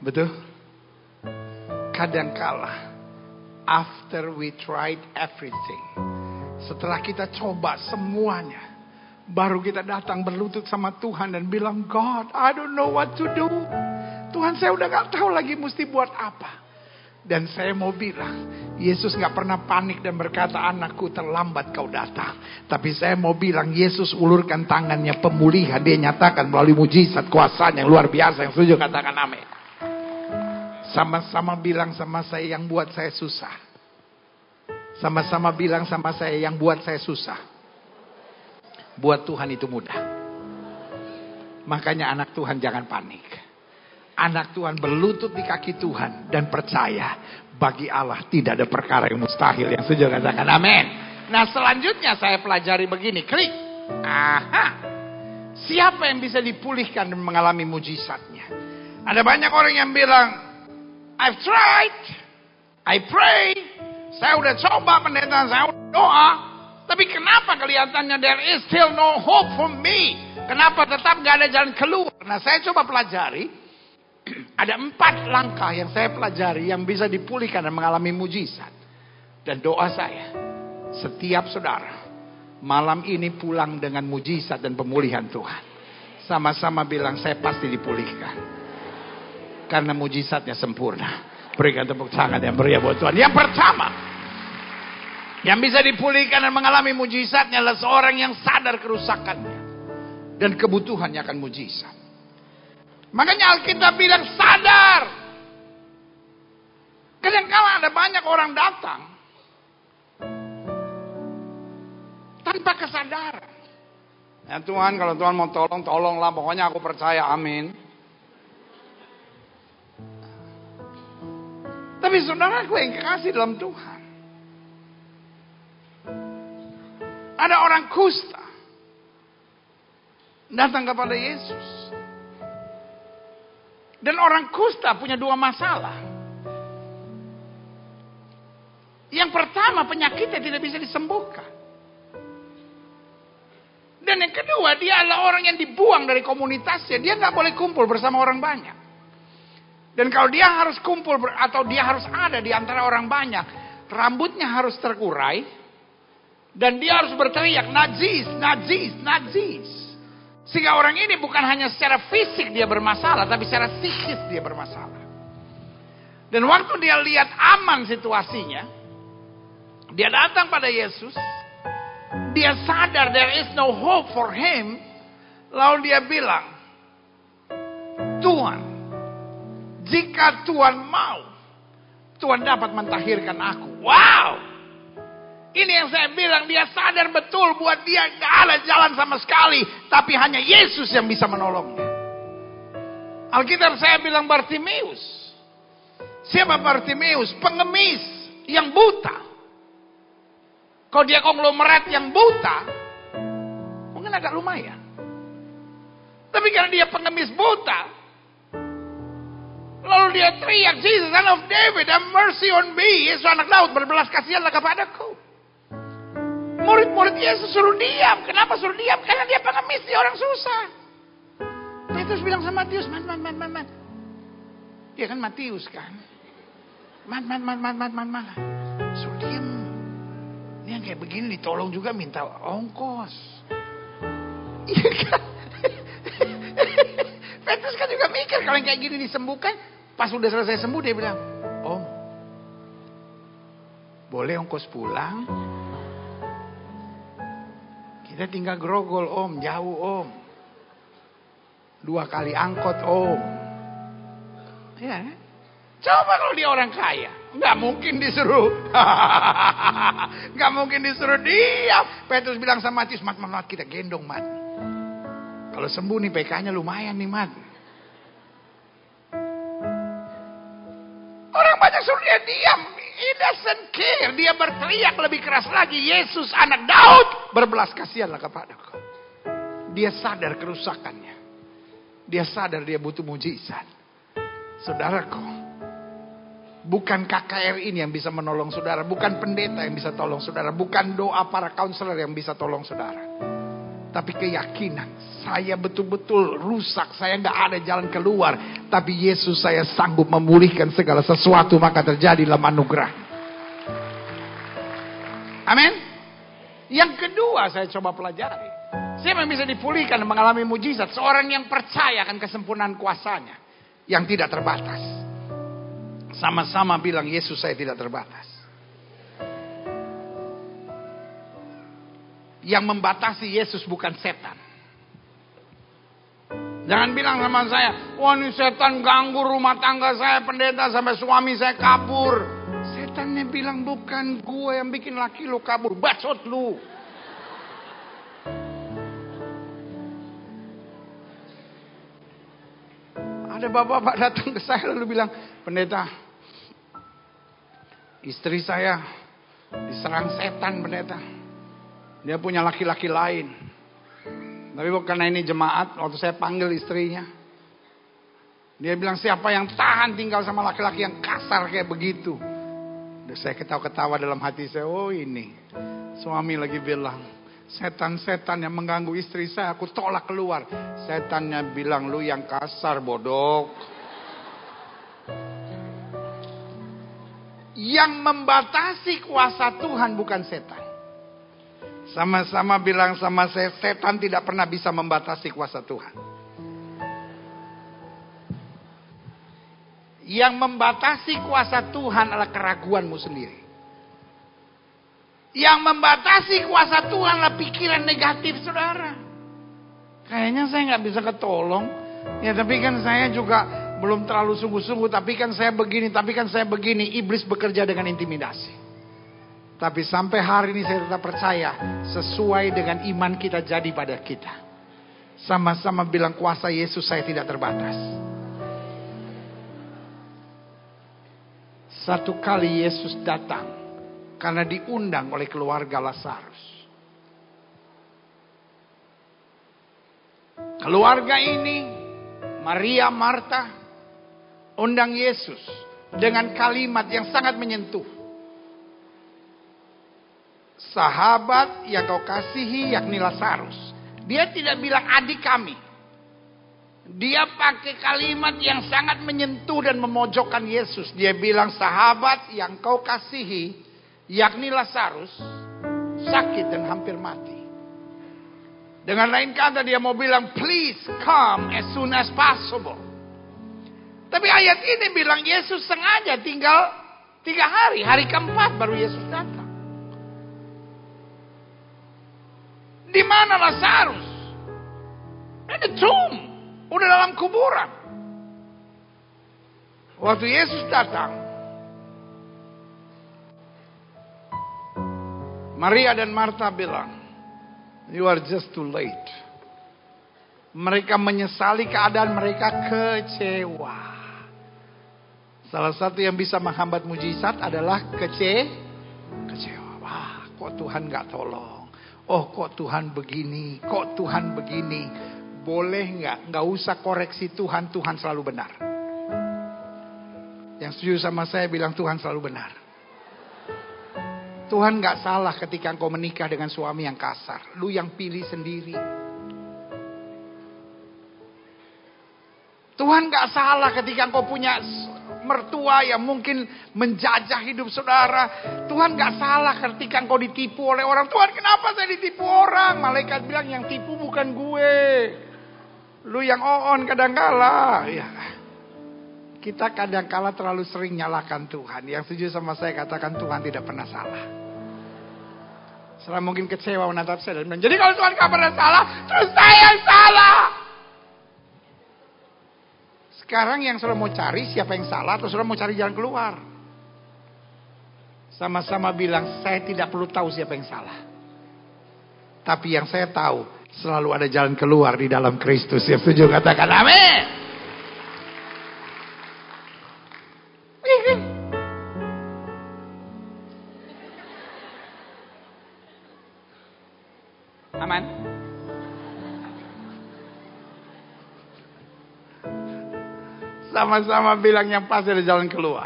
Betul? Kadangkala after we tried everything, setelah kita coba semuanya, baru kita datang berlutut sama Tuhan dan bilang, God, I don't know what to do. Tuhan, saya udah gak tahu lagi mesti buat apa. Dan saya mau bilang, Yesus gak pernah panik dan berkata, anakku terlambat kau datang. Tapi saya mau bilang, Yesus ulurkan tangannya pemulihan. Dia nyatakan melalui mujizat kuasanya yang luar biasa. Yang setuju katakan amin. Sama-sama bilang sama saya, yang buat saya susah. Sama-sama bilang sama saya, yang buat saya susah, buat Tuhan itu mudah. Makanya anak Tuhan jangan panik. Anak Tuhan berlutut di kaki Tuhan dan percaya bagi Allah tidak ada perkara yang mustahil. Yang setuju katakan amin. Nah, selanjutnya saya pelajari begini, klik. Aha. Siapa yang bisa dipulihkan dan mengalami mujizatnya? Ada banyak orang yang bilang, I've tried, I pray, saya udah coba pendeta, saya udah doa, tapi kenapa kelihatannya there is still no hope for me? Kenapa tetap gak ada jalan keluar? Nah, saya coba pelajari. Ada 4 langkah yang saya pelajari yang bisa dipulihkan dan mengalami mujizat. Dan doa saya, setiap saudara malam ini pulang dengan mujizat dan pemulihan Tuhan. Sama-sama bilang, saya pasti dipulihkan. Karena mujizatnya sempurna. Berikan tepuk tangan yang meriah buat Tuhan. Yang pertama, yang bisa dipulihkan dan mengalami mujizatnya adalah seorang yang sadar kerusakannya dan kebutuhannya akan mujizat. Makanya Alkitab bilang sadar. Kadang-kala ada banyak orang datang tanpa kesadaran. Ya Tuhan, kalau Tuhan mau tolong, tolonglah. Pokoknya aku percaya, amin. Tapi saudaraku yang kekasih dalam Tuhan, ada orang kusta datang kepada Yesus. Dan orang kusta punya 2 masalah. Yang pertama, penyakitnya tidak bisa disembuhkan. Dan yang kedua, dia adalah orang yang dibuang dari komunitasnya. Dia gak boleh kumpul bersama orang banyak. Dan kalau dia harus kumpul atau dia harus ada di antara orang banyak, rambutnya harus terkurai. Dan dia harus berteriak, najis, najis, najis. Sehingga orang ini bukan hanya secara fisik dia bermasalah, tapi secara psikis dia bermasalah. Dan waktu dia lihat aman situasinya, dia datang pada Yesus. Dia sadar there is no hope for him. Lalu dia bilang, Tuhan, jika Tuhan mau, Tuhan dapat mentahirkan aku. Wow! Ini yang saya bilang, dia sadar betul buat dia gak ada jalan sama sekali. Tapi hanya Yesus yang bisa menolongnya. Alkitab saya bilang Bartimeus. Siapa Bartimeus? Pengemis yang buta. Kalau dia konglomerat yang buta, mungkin agak lumayan. Tapi karena dia pengemis buta, lalu dia teriak, Jesus, Son of David, have mercy on me. Yesus anak Daud, berbelas kasihanlah kepadaku. Murid-murid Yesus suruh diam. Kenapa suruh diam? Karena dia pengemis, dia orang susah. Petrus bilang sama Matius, man. Dia kan Matius kan. Man. Suruh diam. Ini yang kayak begini ditolong juga minta ongkos. Iya kan? Petrus kan juga mikir kalau yang kayak gini disembuhkan. Pas udah selesai sembuh dia bilang, Om, boleh ongkos pulang? Kita tinggal grogol Om, jauh Om. 2 kali angkot Om. Ya, coba kalau dia orang kaya, nggak mungkin disuruh, nggak mungkin disuruh diam. Petrus bilang sama Matius, Mat, kita gendong Mat. Kalau sembuh nih PK-nya lumayan nih Mat. Orang banyak suruh dia diam. He doesn't care. Dia berteriak lebih keras lagi. Yesus anak Daud, berbelas kasihanlah kepadaku. Dia sadar kerusakannya. Dia sadar dia butuh mujizat. Saudaraku, bukan KKR ini yang bisa menolong saudara. Bukan pendeta yang bisa tolong saudara. Bukan doa para counselor yang bisa tolong saudara. Tapi keyakinan, saya betul-betul rusak, saya nggak ada jalan keluar. Tapi Yesus saya sanggup memulihkan segala sesuatu, maka terjadilah anugerah. Amin. Yang kedua saya coba pelajari. Siapa yang bisa dipulihkan dan mengalami mujizat? Seorang yang percaya akan kesempurnaan kuasanya yang tidak terbatas. Sama-sama bilang, Yesus saya tidak terbatas. Yang membatasi Yesus bukan setan. Jangan bilang sama saya, wah ini setan ganggu rumah tangga saya, pendeta, sampai suami saya kabur. Setannya bilang, bukan gue yang bikin laki lu kabur, bacot lu. Ada bapak-bapak datang ke saya lalu bilang, pendeta, istri saya diserang setan, pendeta. Dia punya laki-laki lain. Tapi karena ini jemaat, waktu saya panggil istrinya, dia bilang, siapa yang tahan tinggal sama laki-laki yang kasar kayak begitu? Saya ketawa-ketawa dalam hati saya, oh ini suami lagi bilang, setan-setan yang mengganggu istri saya, aku tolak keluar. Setannya bilang, lu yang kasar bodoh. Yang membatasi kuasa Tuhan bukan setan. Sama-sama bilang sama saya, setan tidak pernah bisa membatasi kuasa Tuhan. Yang membatasi kuasa Tuhan adalah keraguanmu sendiri. Yang membatasi kuasa Tuhan adalah pikiran negatif saudara. Kayaknya saya nggak bisa ketolong. Ya tapi kan saya juga belum terlalu sungguh-sungguh. Tapi kan saya begini, tapi kan saya begini. Iblis bekerja dengan intimidasi. Tapi sampai hari ini saya tetap percaya. Sesuai dengan iman kita jadi pada kita. Sama-sama bilang, kuasa Yesus saya tidak terbatas. Satu kali Yesus datang karena diundang oleh keluarga Lazarus. Keluarga ini, Maria, Marta, undang Yesus dengan kalimat yang sangat menyentuh. Sahabat yang kau kasihi yakni Lazarus. Dia tidak bilang adik kami. Dia pakai kalimat yang sangat menyentuh dan memojokkan Yesus. Dia bilang sahabat yang kau kasihi, yakni Lazarus, sakit dan hampir mati. Dengan lain kata dia mau bilang, please come as soon as possible. Tapi ayat ini bilang Yesus sengaja tinggal 3 hari. Hari keempat baru Yesus datang. Di mana Lazarus? In the tomb. Udah dalam kuburan. Waktu Yesus datang, Maria dan Marta bilang, you are just too late. Mereka menyesali keadaan mereka, kecewa. Salah satu yang bisa menghambat mujizat adalah kecewa. Wah, kok Tuhan gak tolong. Oh, kok Tuhan begini. Kok Tuhan begini. Boleh nggak usah koreksi Tuhan, Tuhan selalu benar. Yang setuju sama saya bilang Tuhan selalu benar. Tuhan nggak salah ketika engkau menikah dengan suami yang kasar. Lu yang pilih sendiri. Tuhan nggak salah ketika engkau punya mertua yang mungkin menjajah hidup saudara. Tuhan nggak salah ketika engkau ditipu oleh orang. Tuhan, kenapa saya ditipu orang? Malaikat bilang yang tipu bukan gue. Lu yang on kadangkala. Ya. Kita kadangkala terlalu sering nyalakan Tuhan. Yang setuju sama saya katakan Tuhan tidak pernah salah. Setelah mungkin kecewa menatap saya dan bilang, jadi kalau Tuhan gak pernah salah, terus saya yang salah. Sekarang yang saudara mau cari siapa yang salah atau saudara mau cari jalan keluar? Sama-sama bilang, saya tidak perlu tahu siapa yang salah. Tapi yang saya tahu, selalu ada jalan keluar di dalam Kristus. Yang setuju katakan amin. Aman. Sama-sama bilang yang pasti ada jalan keluar.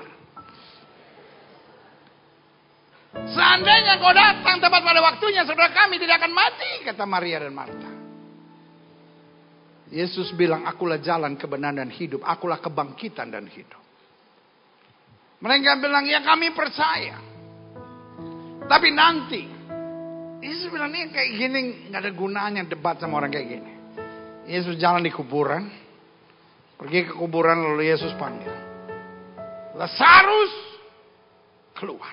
Seandainya kau datang tepat pada waktunya, saudara kami tidak akan mati, kata Maria dan Marta. Yesus bilang, akulah jalan, kebenaran dan hidup. Akulah kebangkitan dan hidup. Mereka bilang, ya kami percaya. Tapi nanti. Yesus bilang, ini kayak gini gak ada gunanya debat sama orang kayak gini. Yesus jalan di kuburan. Pergi ke kuburan lalu Yesus panggil. Lazarus keluar.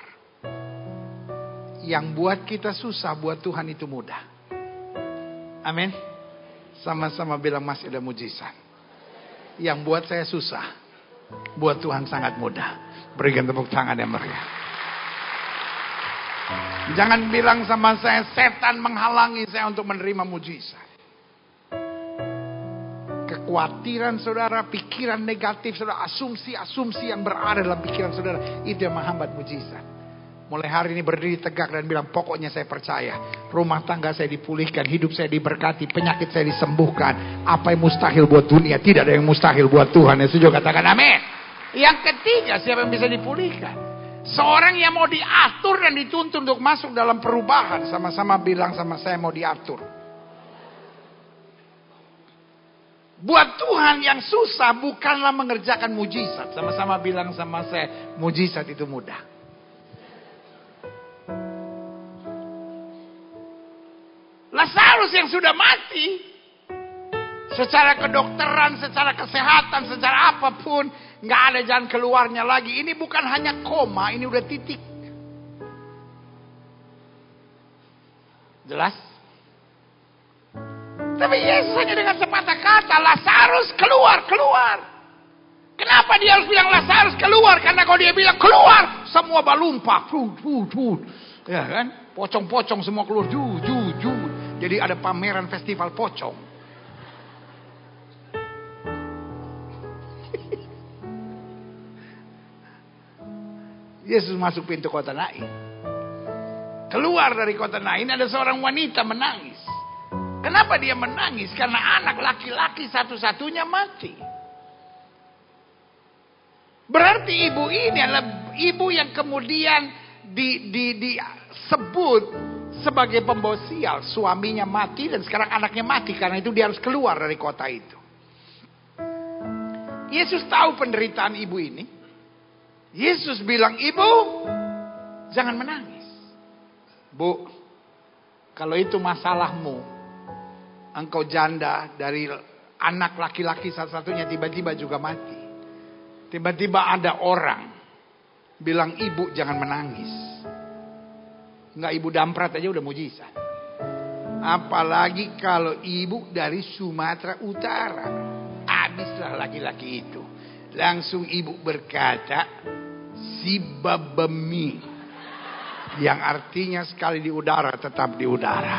Yang buat kita susah, buat Tuhan itu mudah. Amin. Sama-sama bilang, masih ada mujizat. Yang buat saya susah, buat Tuhan sangat mudah. Berikan tepuk tangan yang meriah. Jangan bilang sama saya, setan menghalangi saya untuk menerima mujizat. Kekhawatiran saudara, pikiran negatif saudara, asumsi-asumsi yang berada dalam pikiran saudara, itu yang menghambat mujizat. Mulai hari ini berdiri tegak dan bilang, pokoknya saya percaya. Rumah tangga saya dipulihkan, hidup saya diberkati, penyakit saya disembuhkan. Apa yang mustahil buat dunia, tidak ada yang mustahil buat Tuhan. Yang setuju katakan amin. Yang ketiga, siapa yang bisa dipulihkan? Seorang yang mau diatur dan dituntun untuk masuk dalam perubahan. Sama-sama bilang sama saya, mau diatur. Buat Tuhan yang susah bukanlah mengerjakan mujizat. Sama-sama bilang sama saya, mujizat itu mudah. Lazarus yang sudah mati, secara kedokteran, secara kesehatan, secara apapun, nggak ada jalan keluarnya lagi. Ini bukan hanya koma, ini udah titik. Jelas? Tapi Yesus hanya dengan sepatah kata, Lazarus keluar. Kenapa dia harus bilang Lazarus keluar? Karena kalau dia bilang keluar, semua balumpah. Ya kan? Pocong-pocong semua keluar. Jadi ada pameran festival pocong. Yesus masuk pintu kota Nain. Keluar dari kota Nain ada seorang wanita menangis. Kenapa dia menangis? Karena anak laki-laki satu-satunya mati. Berarti ibu ini adalah ibu yang kemudian disebut sebagai pembawa sial. Suaminya mati dan sekarang anaknya mati. Karena itu dia harus keluar dari kota itu. Yesus tahu penderitaan ibu ini. Yesus bilang, ibu jangan menangis. Bu, kalau itu masalahmu, engkau janda dari anak laki-laki satu-satunya tiba-tiba juga mati. Tiba-tiba ada orang bilang, ibu jangan menangis. Enggak, ibu damprat aja udah mujizat. Apalagi kalau ibu dari Sumatera Utara. Habislah laki-laki itu. Langsung ibu berkata, si babemi. Yang artinya sekali di udara tetap di udara.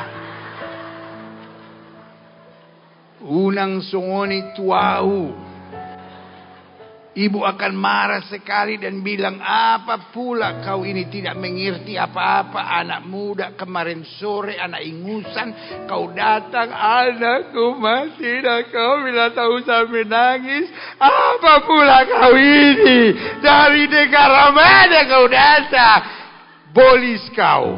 Unang songoni tuau. Ibu akan marah sekali dan bilang, apa pula kau ini tidak mengerti apa-apa. Anak muda kemarin sore, anak ingusan. Kau datang, anakku mati dan kau bila tak usah menangis. Apa pula kau ini? Dari negara mana kau datang? Bolis kau.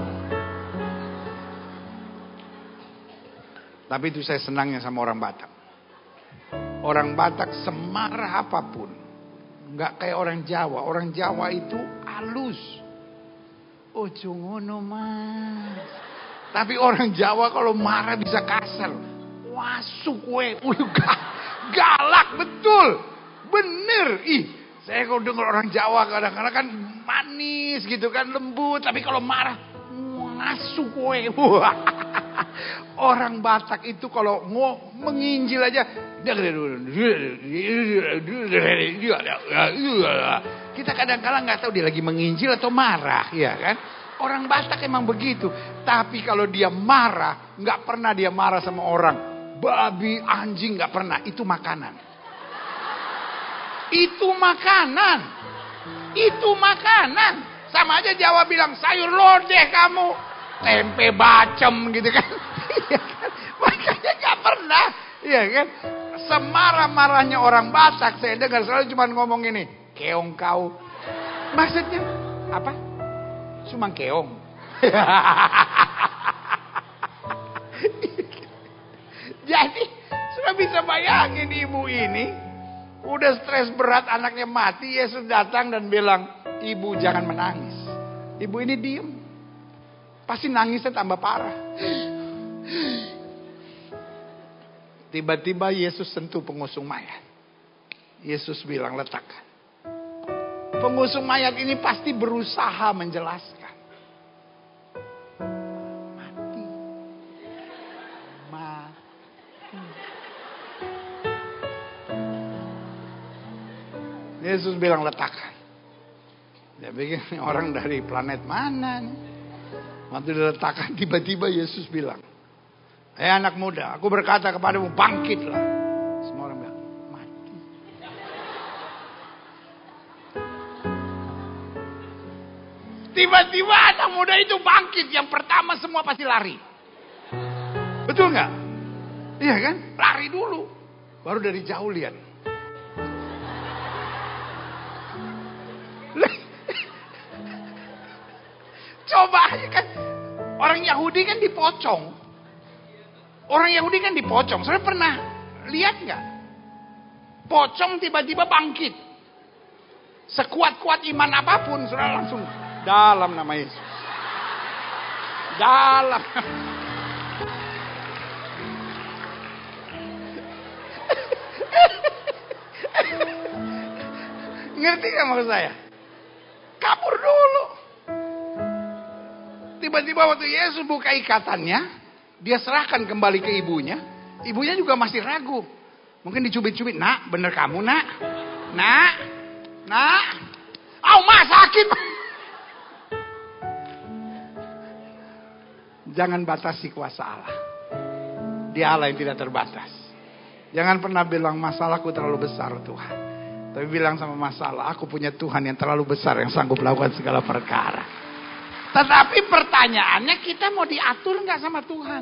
Tapi itu saya senangnya sama orang Batak. Orang Batak semarah apapun. Enggak kayak orang Jawa. Orang Jawa itu halus. Ojo ngono mas. Tapi orang Jawa kalau marah bisa kasar. Wasuk we. Galak betul. Bener. Saya kalau dengar orang Jawa kadang-kadang kan manis gitu kan. Lembut. Tapi kalau marah. Masuk we. Orang Batak itu kalau menginjil aja. Kita kadang-kadang nggak tahu dia lagi menginjil atau marah, ya kan? Orang Batak emang begitu. Tapi kalau dia marah, nggak pernah dia marah sama orang. Babi, anjing nggak pernah. Itu makanan. Itu makanan. Itu makanan. Sama aja Jawa bilang sayur lodeh kamu. Tempe bacem gitu kan. Iya kan? Makanya nggak pernah. Iya kan? Semarah-marahnya orang Batak saya dengar selalu cuma ngomong ini, keong kau. Maksudnya apa? Cuma keong. Jadi Gak bisa bayangin ibu ini udah stres berat anaknya mati. Yesus datang dan bilang, ibu jangan menangis. Ibu ini diem. Pasti nangisnya tambah parah. Tiba-tiba Yesus sentuh pengusung mayat. Yesus bilang, letakkan. Pengusung mayat ini pasti berusaha menjelaskan. Mati. Yesus bilang, letakkan. Dia pikir orang dari planet mana nih. Waktu diletakkan, tiba-tiba Yesus bilang, anak muda, aku berkata kepadamu, bangkitlah. Semua orang bilang, mati. Tiba-tiba anak muda itu bangkit. Yang pertama semua pasti lari. Betul nggak? Iya kan? Lari dulu. Baru dari jauh lihat. Coba aja kan. Orang Yahudi kan dipocong. Orang Yahudi kan dipocong. Saudara pernah lihat nggak? Pocong tiba-tiba bangkit. Sekuat-kuat iman apapun, saudara langsung dalam nama Yesus. Dalam. Ngerti gak maksud saya? Kabur dulu. Tiba-tiba waktu Yesus buka ikatannya, dia serahkan kembali ke ibunya. Ibunya juga masih ragu. Mungkin dicubit-cubit. Nak, bener kamu nak? Nak? Ma sakit. Jangan batasi kuasa Allah. Dia Allah yang tidak terbatas. Jangan pernah bilang masalahku terlalu besar Tuhan. Tapi bilang sama masalah, aku punya Tuhan yang terlalu besar yang sanggup melakukan segala perkara. Tetapi pertanyaannya, kita mau diatur nggak sama Tuhan?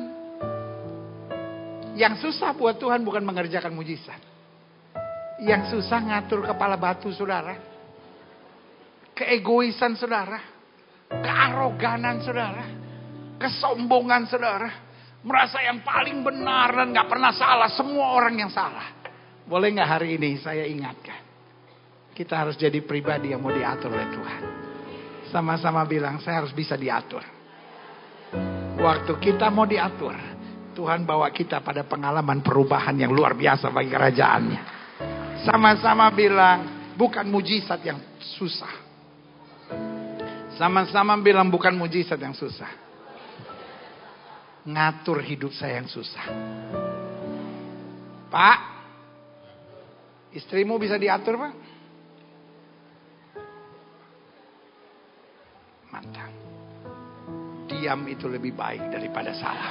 Yang susah buat Tuhan bukan mengerjakan mujizat. Yang susah ngatur kepala batu saudara. Keegoisan saudara. Kearoganan saudara. Kesombongan saudara. Merasa yang paling benar dan gak pernah salah. Semua orang yang salah. Boleh gak hari ini saya ingatkan. Kita harus jadi pribadi yang mau diatur oleh Tuhan. Sama-sama bilang, saya harus bisa diatur. Waktu kita mau diatur, Tuhan bawa kita pada pengalaman perubahan yang luar biasa bagi kerajaannya. Sama-sama bilang, bukan mujizat yang susah. Sama-sama bilang, bukan mujizat yang susah. Ngatur hidup saya yang susah. Pak, istrimu bisa diatur, Pak? Mantap. Diam itu lebih baik daripada salah.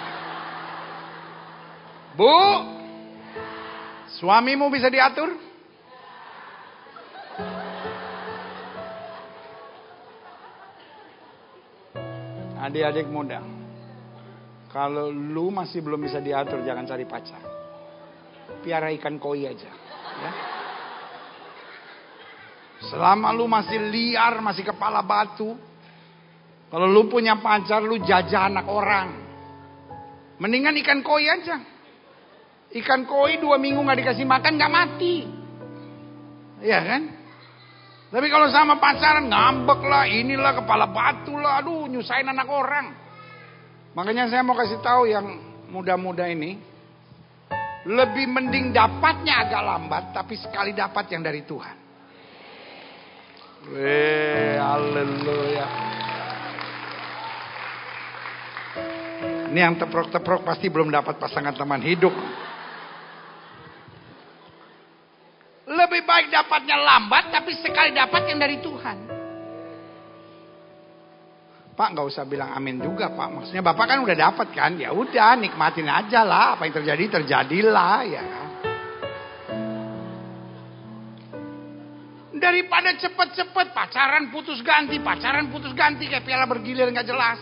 Bu, suamimu bisa diatur? Adik-adik muda, kalau lu masih belum bisa diatur, jangan cari pacar. Piara ikan koi aja. Ya? Selama lu masih liar, masih kepala batu, kalau lu punya pacar, lu jajah anak orang. Mendingan ikan koi aja. Ikan koi 2 minggu gak dikasih makan, gak mati. Iya kan? Tapi kalau sama pacaran, ngambek lah, inilah kepala batu lah. Aduh, nyusahin anak orang. Makanya saya mau kasih tahu yang muda-muda ini. Lebih mending dapatnya agak lambat, tapi sekali dapat yang dari Tuhan. Haleluya. Ini yang teprok-teprok pasti belum dapat pasangan teman hidup. Lebih baik dapatnya lambat, tapi sekali dapat yang dari Tuhan. Pak, nggak usah bilang amin juga, Pak. Maksudnya Bapak kan udah dapat kan? Ya udah, nikmatin aja lah. Apa yang terjadi terjadilah, ya kan? Daripada cepet-cepet pacaran putus ganti kayak piala bergilir nggak jelas.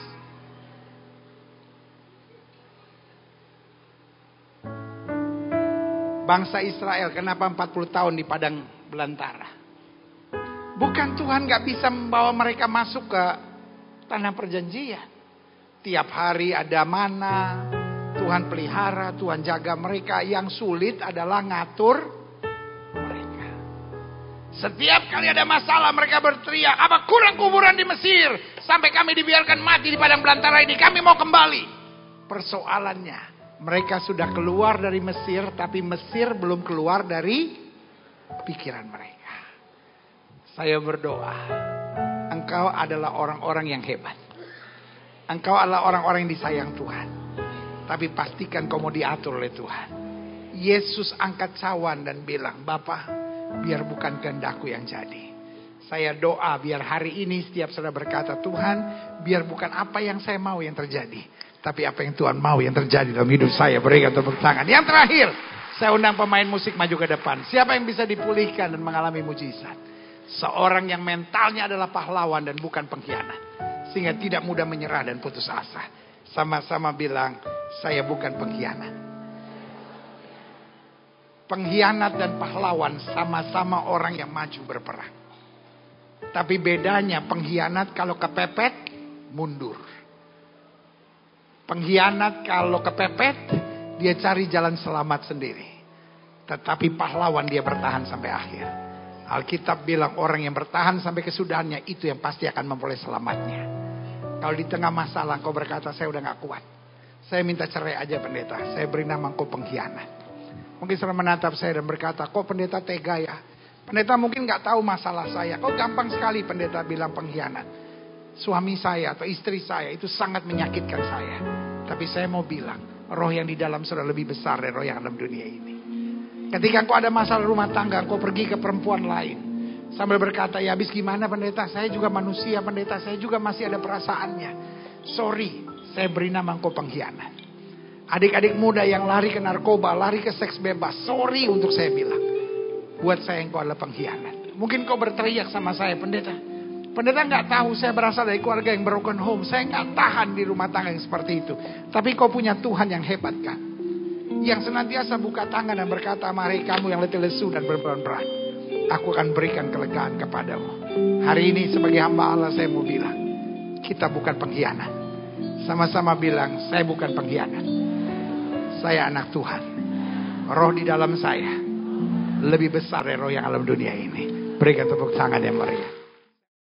Bangsa Israel kenapa 40 tahun di padang belantara? Bukan Tuhan gak bisa membawa mereka masuk ke tanah perjanjian. Tiap hari ada mana, Tuhan pelihara, Tuhan jaga mereka. Yang sulit adalah ngatur mereka. Setiap kali ada masalah mereka berteriak, apa kurang kuburan di Mesir sampai kami dibiarkan mati di padang belantara ini, kami mau kembali. Persoalannya, mereka sudah keluar dari Mesir, tapi Mesir belum keluar dari pikiran mereka. Saya berdoa, engkau adalah orang-orang yang hebat. Engkau adalah orang-orang yang disayang Tuhan. Tapi pastikan kau mau diatur oleh Tuhan. Yesus angkat cawan dan bilang, Bapa, biar bukan kehendakku yang jadi. Saya doa biar hari ini setiap saudara berkata, Tuhan, biar bukan apa yang saya mau yang terjadi, tapi apa yang Tuhan mau yang terjadi dalam hidup saya. Berikan tepuk tangan. Yang terakhir, saya undang pemain musik maju ke depan. Siapa yang bisa dipulihkan dan mengalami mujizat? Seorang yang mentalnya adalah pahlawan dan bukan pengkhianat. Sehingga tidak mudah menyerah dan putus asa. Sama-sama bilang, saya bukan pengkhianat. Pengkhianat dan pahlawan sama-sama orang yang maju berperang. Tapi bedanya pengkhianat kalau kepepet, mundur. Pengkhianat kalau kepepet, dia cari jalan selamat sendiri. Tetapi pahlawan dia bertahan sampai akhir. Alkitab bilang orang yang bertahan sampai kesudahannya, itu yang pasti akan memperoleh selamatnya. Kalau di tengah masalah kau berkata, saya udah gak kuat, saya minta cerai aja pendeta, saya beri nama kau pengkhianat. Mungkin saudara menatap saya dan berkata, kok pendeta tega ya? Pendeta mungkin gak tahu masalah saya. Kok gampang sekali pendeta bilang pengkhianat. Suami saya atau istri saya itu sangat menyakitkan saya. Tapi saya mau bilang, roh yang di dalam saudara lebih besar dari roh yang dalam dunia ini. Ketika kau ada masalah rumah tangga, kau pergi ke perempuan lain. Sambil berkata, ya habis gimana pendeta? Saya juga manusia pendeta, saya juga masih ada perasaannya. Sorry, saya beri nama engkau pengkhianat. Adik-adik muda yang lari ke narkoba, lari ke seks bebas, sorry untuk saya bilang. Buat saya engkau adalah pengkhianat. Mungkin kau berteriak sama saya, pendeta. Pendeta gak tahu saya berasal dari keluarga yang broken home. Saya gak tahan di rumah tangga yang seperti itu. Tapi kau punya Tuhan yang hebat kan? Yang senantiasa buka tangan dan berkata, mari kamu yang letih lesu dan berbeban-berat, aku akan berikan kelegaan kepadamu. Hari ini sebagai hamba Allah saya mau bilang, kita bukan pengkhianat. Sama-sama bilang, saya bukan pengkhianat. Saya anak Tuhan. Roh di dalam saya lebih besar dari roh yang alam dunia ini. Berikan tepuk tangan yang meriah.